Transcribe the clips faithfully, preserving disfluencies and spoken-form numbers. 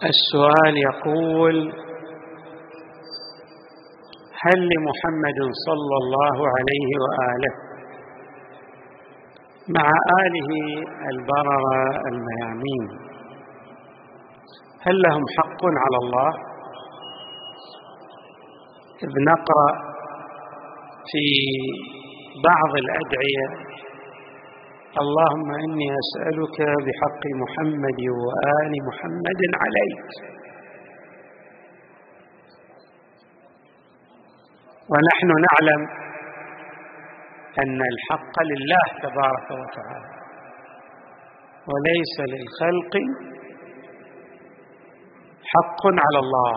السؤال يقول: هل لمحمد صلى الله عليه وآله مع آله البررة الميامين هل لهم حق على الله؟ إذ نقرأ في بعض الأدعية: اللهم إني أسألك بحق محمد وآل محمد عليك. ونحن نعلم أن الحق لله تبارك وتعالى وليس للخلق حق على الله.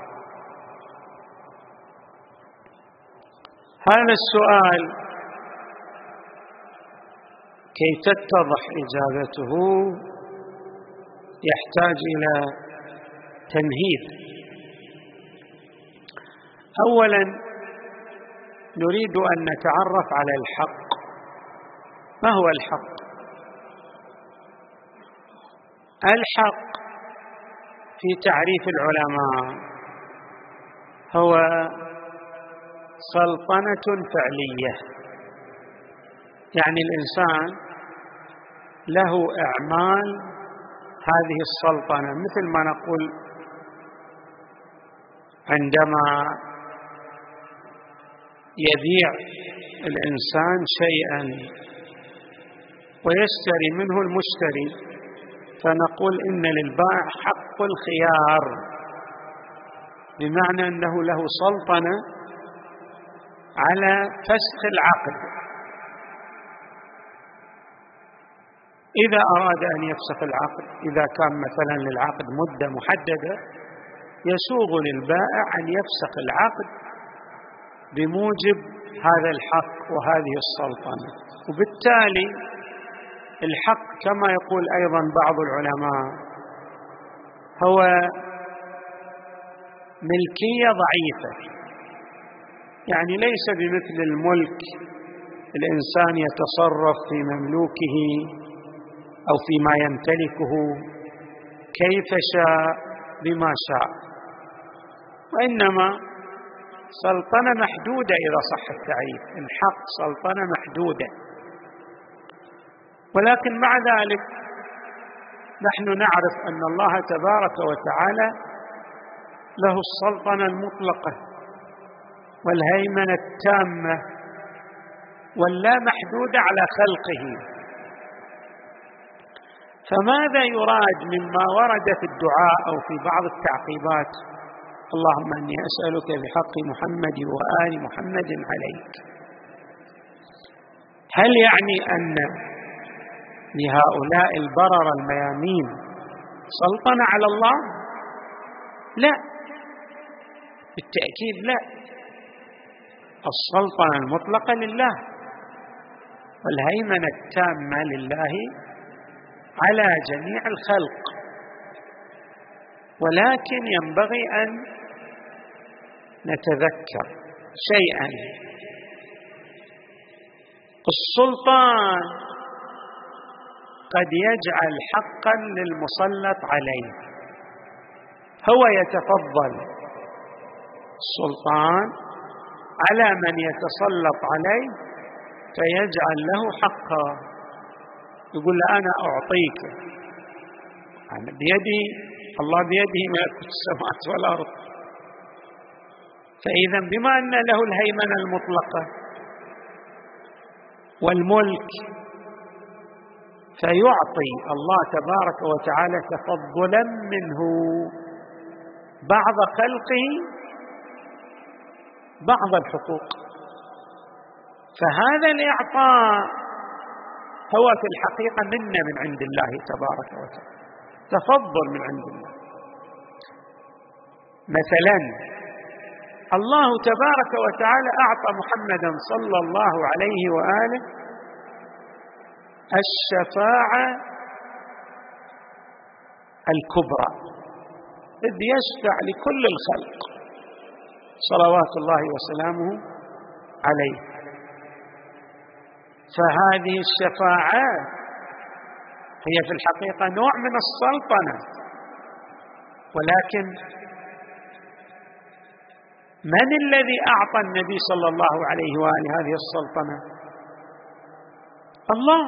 هذا السؤال كي تتضح إجابته يحتاج إلى تمهيد. أولاً نريد أن نتعرف على الحق. ما هو الحق؟ الحق في تعريف العلماء هو سلطنة فعلية، يعني الإنسان له أعمال هذه السلطنة، مثل ما نقول عندما يبيع الإنسان شيئا ويشتري منه المشتري فنقول إن للبائع حق الخيار، بمعنى أنه له سلطنة على فسخ العقد. إذا أراد أن يفسخ العقد، إذا كان مثلا للعقد مدة محددة، يسوغ للبائع أن يفسخ العقد بموجب هذا الحق وهذه السلطنة. وبالتالي الحق كما يقول أيضا بعض العلماء هو ملكية ضعيفة، يعني ليس بمثل الملك الإنسان يتصرف في مملوكه أو فيما يمتلكه كيف شاء بما شاء، وإنما سلطنة محدودة إذا صح التعريف. الحق سلطنة محدودة، ولكن مع ذلك نحن نعرف أن الله تبارك وتعالى له السلطنة المطلقة والهيمنة التامة واللا محدودة على خلقه. فماذا يراد مما ورد في الدعاء أو في بعض التعقيبات: اللهم إني أسألك بحق محمد وآل محمد عليك؟ هل يعني أن لهؤلاء البرر الميامين سلطنة على الله؟ لا، بالتأكيد لا. السلطنة المطلقة لله والهيمنة التامة لله على جميع الخلق، ولكن ينبغي أن نتذكر شيئا: السلطان قد يجعل حقا للمسلط عليه، هو يتفضل السلطان على من يتسلط عليه فيجعل له حقا، يقول له أنا أعطيك، أنا بيدي، الله بيده ملكوت السماوات والأرض. فإذا بما أن له الهيمنة المطلقة والملك فيعطي الله تبارك وتعالى تفضلا منه بعض خلقه بعض الحقوق. فهذا الإعطاء هو في الحقيقة منة من عند الله تبارك وتعالى، تفضل من عند الله. مثلا الله تبارك وتعالى أعطى محمدا صلى الله عليه وآله الشفاعة الكبرى، إذ يشفع لكل الخلق صلوات الله وسلامه عليه. فهذه الشفاعات هي في الحقيقة نوع من السلطنة، ولكن من الذي أعطى النبي صلى الله عليه وآله هذه السلطنة؟ الله.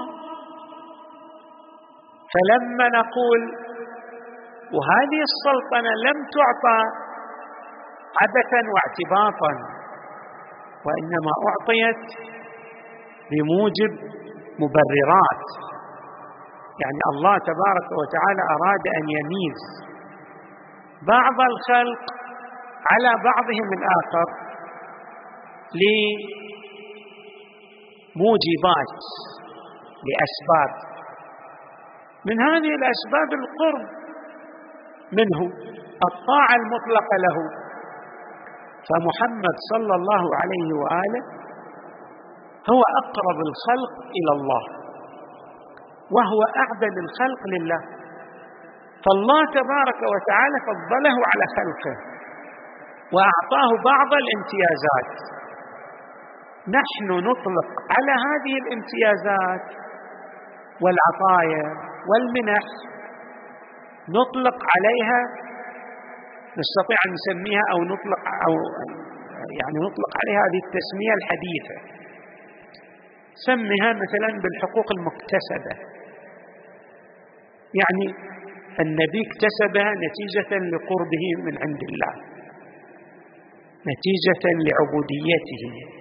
فلما نقول وهذه السلطنة لم تعطى عبثا واعتباطا، وإنما أعطيت بموجب مبررات، يعني الله تبارك وتعالى أراد أن يميز بعض الخلق على بعضهم الآخر لموجبات، لأسباب، من هذه الأسباب القرب منه، الطاعة المطلقة له. فمحمد صلى الله عليه وآله هو أقرب الخلق إلى الله، وهو أعبد الخلق لله، فالله تبارك وتعالى فضله على خلقه وأعطاه بعض الامتيازات. نحن نطلق على هذه الامتيازات والعطايا والمنح، نطلق عليها، نستطيع أن نسميها أو نطلق أو يعني نطلق عليها هذه التسمية الحديثة، سميها مثلا بالحقوق المكتسبة، يعني النبي اكتسبها نتيجة لقربه من عند الله، نتيجة لعبوديته.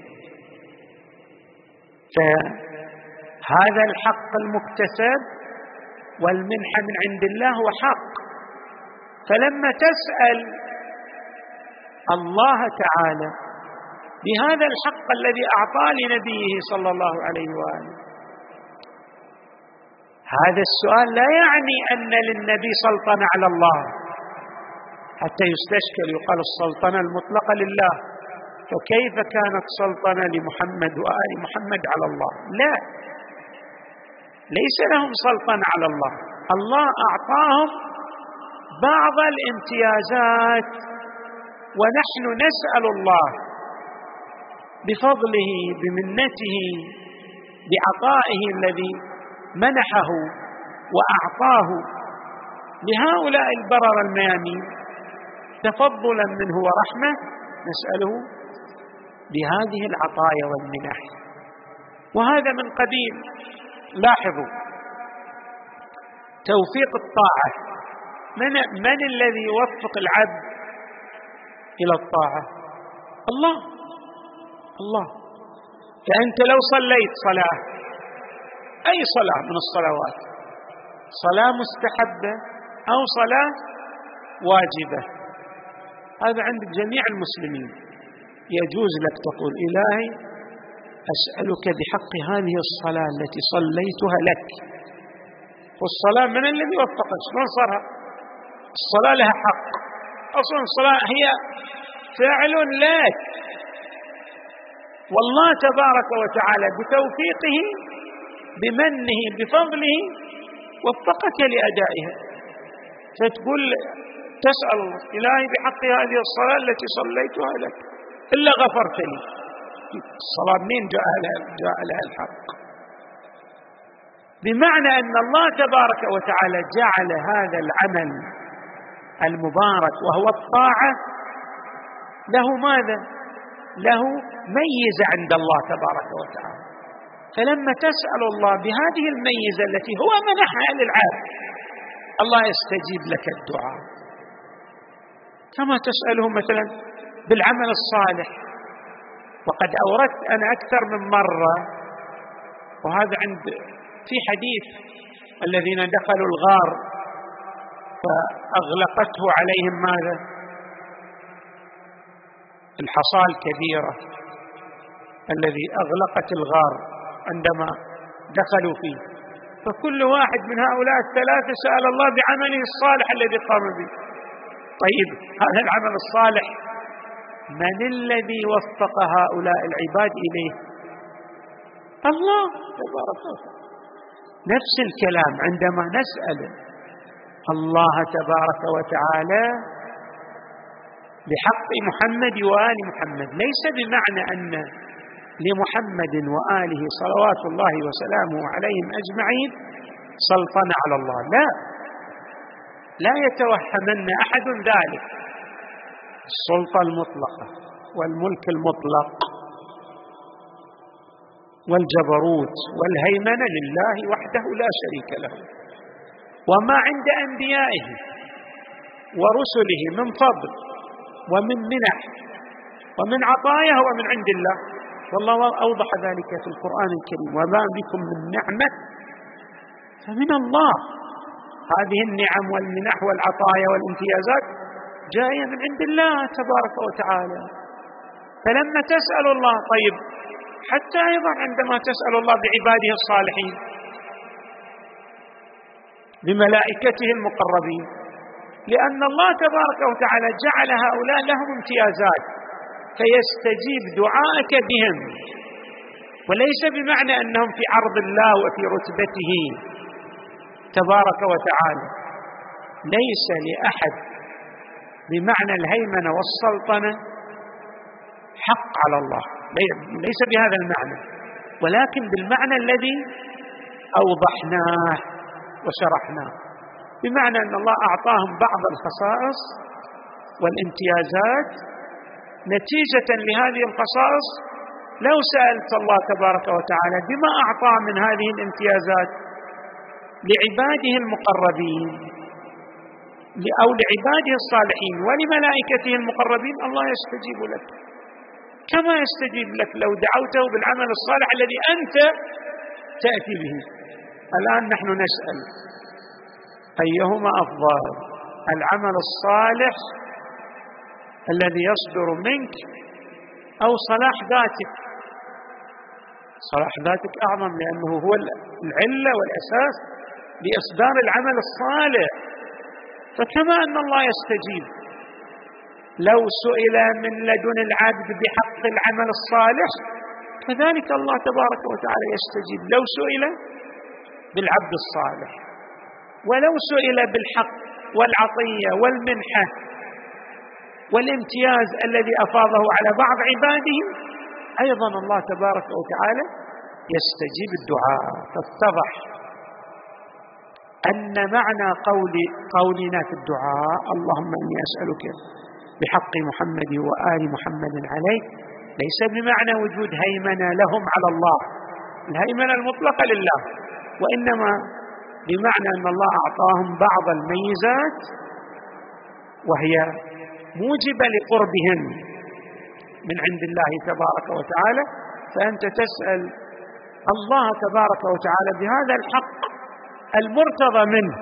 فهذا الحق المكتسب والمنحة من عند الله هو حق. فلما تسأل الله تعالى بهذا الحق الذي أعطاه لنبيه صلى الله عليه وآله، هذا السؤال لا يعني أن للنبي سلطنة على الله حتى يستشكل يقال السلطنة المطلقة لله، فكيف كانت سلطنة لمحمد وآل محمد على الله؟ لا، ليس لهم سلطنة على الله، الله أعطاهم بعض الامتيازات، ونحن نسأل الله بفضله بمنته بعطائه الذي منحه وأعطاه لهؤلاء البرر الميامين تفضلا منه ورحمة، نسأله بهذه العطايا والمنح. وهذا من قديم. لاحظوا توفيق الطاعة، من, من الذي يوفق العبد إلى الطاعة؟ الله. الله. فأنت لو صليت صلاة، أي صلاة من الصلوات، صلاة مستحبة أو صلاة واجبة، هذا عند جميع المسلمين، يجوز لك تقول إلهي أسألك بحق هذه الصلاة التي صليتها لك. والصلاة من الذي وفقك؟ شلون صارها؟ الصلاة لها حق، أصلا الصلاة هي فعل لك، والله تبارك وتعالى بتوفيقه بمنه بفضله وفقك لأدائها. فتقول تسأل الله إلهي بحق هذه الصلاة التي صليتها لك إلا غفرت لي. الصلاة منين جاء لها, جاء لها الحق؟ بمعنى أن الله تبارك وتعالى جعل هذا العمل المبارك وهو الطاعة له ماذا؟ له ميزة عند الله تبارك وتعالى. فلما تسأل الله بهذه الميزة التي هو منحها للعبد، الله يستجيب لك الدعاء، كما تسأله مثلا بالعمل الصالح. وقد أوردت أنا أكثر من مرة، وهذا عند في حديث الذين دخلوا الغار فأغلقته عليهم ماذا؟ الحصاة الكبيرة الذي أغلقت الغار عندما دخلوا فيه، فكل واحد من هؤلاء الثلاثة سأل الله بعمله الصالح الذي قام به. طيب هذا العمل الصالح من الذي وفق هؤلاء العباد إليه؟ الله تبارك وتعالى. نفس الكلام عندما نسأل الله تبارك وتعالى بحق محمد وآل محمد، ليس بمعنى أن لمحمد وآله صلوات الله وسلامه عليهم أجمعين سلطنة على الله، لا، لا يتوهمن أحد ذلك. السلطة المطلقة والملك المطلق والجبروت والهيمنة لله وحده لا شريك له، وما عند أنبيائه ورسله من فضل ومن منح ومن عطايا هو من عند الله، والله أوضح ذلك في القرآن الكريم: وما بكم من نعمة فمن الله. هذه النعم والمنح والعطايا والامتيازات جاية من عند الله تبارك وتعالى. فلما تسأل الله، طيب حتى أيضا عندما تسأل الله بعباده الصالحين بملائكته المقربين، لأن الله تبارك وتعالى جعل هؤلاء لهم امتيازات فيستجيب دعاءك بهم، وليس بمعنى أنهم في عرض الله وفي رتبته تبارك وتعالى. ليس لأحد بمعنى الهيمنة والسلطنة حق على الله، ليس بهذا المعنى، ولكن بالمعنى الذي أوضحناه وشرحناه، بمعنى أن الله أعطاهم بعض الخصائص والامتيازات. نتيجة لهذه الخصائص لو سألت الله تبارك وتعالى بما أعطى من هذه الامتيازات لعباده المقربين أو لعباده الصالحين ولملائكته المقربين، الله يستجيب لك كما يستجيب لك لو دعوته بالعمل الصالح الذي أنت تأتي به. الآن نحن نسأل أيهما أفضل، العمل الصالح الذي يصدر منك أو صلاح ذاتك؟ صلاح ذاتك أعظم، لأنه هو العلة والأساس لإصدار العمل الصالح. فكما أن الله يستجيب لو سئل من لدن العبد بحق العمل الصالح، كذلك الله تبارك وتعالى يستجيب لو سئل بالعبد الصالح. ولو سئل بالحق والعطية والمنحة والامتياز الذي أفاضه على بعض عباده، أيضا الله تبارك وتعالى يستجيب الدعاء. فاتضح أن معنى قول قولنا في الدعاء اللهم إني أسألك بحق محمد وآل محمد عليك ليس بمعنى وجود هيمنة لهم على الله، الهيمنة المطلقة لله، وإنما بمعنى أن الله أعطاهم بعض الميزات وهي موجبة لقربهم من عند الله تبارك وتعالى. فأنت تسأل الله تبارك وتعالى بهذا الحق المرتضى منه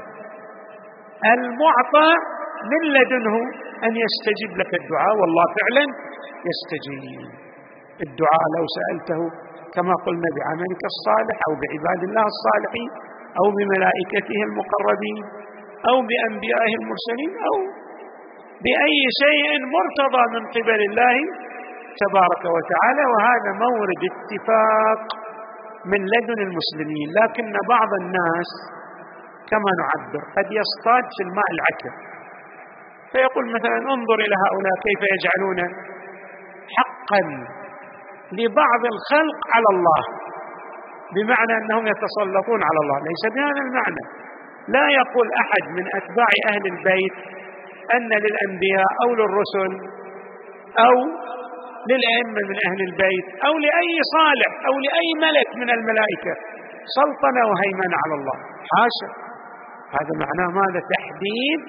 المعطى من لدنه أن يستجيب لك الدعاء، والله فعلا يستجيب الدعاء لو سألته كما قلنا بعملك الصالح أو بعباد الله الصالحين أو بملائكته المقربين أو بأنبيائه المرسلين أو بأي شيء مرتضى من قبل الله تبارك وتعالى. وهذا مورد اتفاق من لدن المسلمين. لكن بعض الناس كما نعبر قد يصطاد في الماء العكر، فيقول مثلا انظر إلى هؤلاء كيف يجعلون حقا لبعض الخلق على الله، بمعنى أنهم يتسلطون على الله. ليس بهذا المعنى. لا يقول أحد من أتباع أهل البيت أن للأنبياء أو للرسل أو للأئمة من أهل البيت أو لأي صالح أو لأي ملك من الملائكة سلطنة وهيمنة على الله، حاشا. هذا معناه ماذا؟ تحديد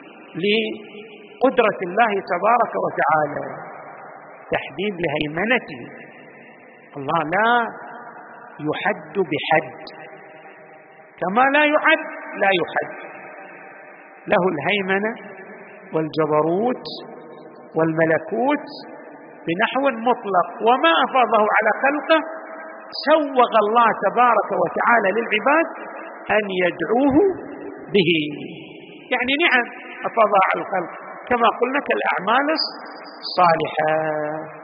لقدرة الله تبارك وتعالى، تحديد لهيمنته. الله لا يحد بحد، كما لا يحد لا يحد، له الهيمنة والجبروت والملكوت بنحو مطلق. وما أفاضه على خلقه سوغ الله تبارك وتعالى للعباد أن يدعوه به، يعني نعم أفاضها على الخلق كما قلنا كالأعمال الصالحة.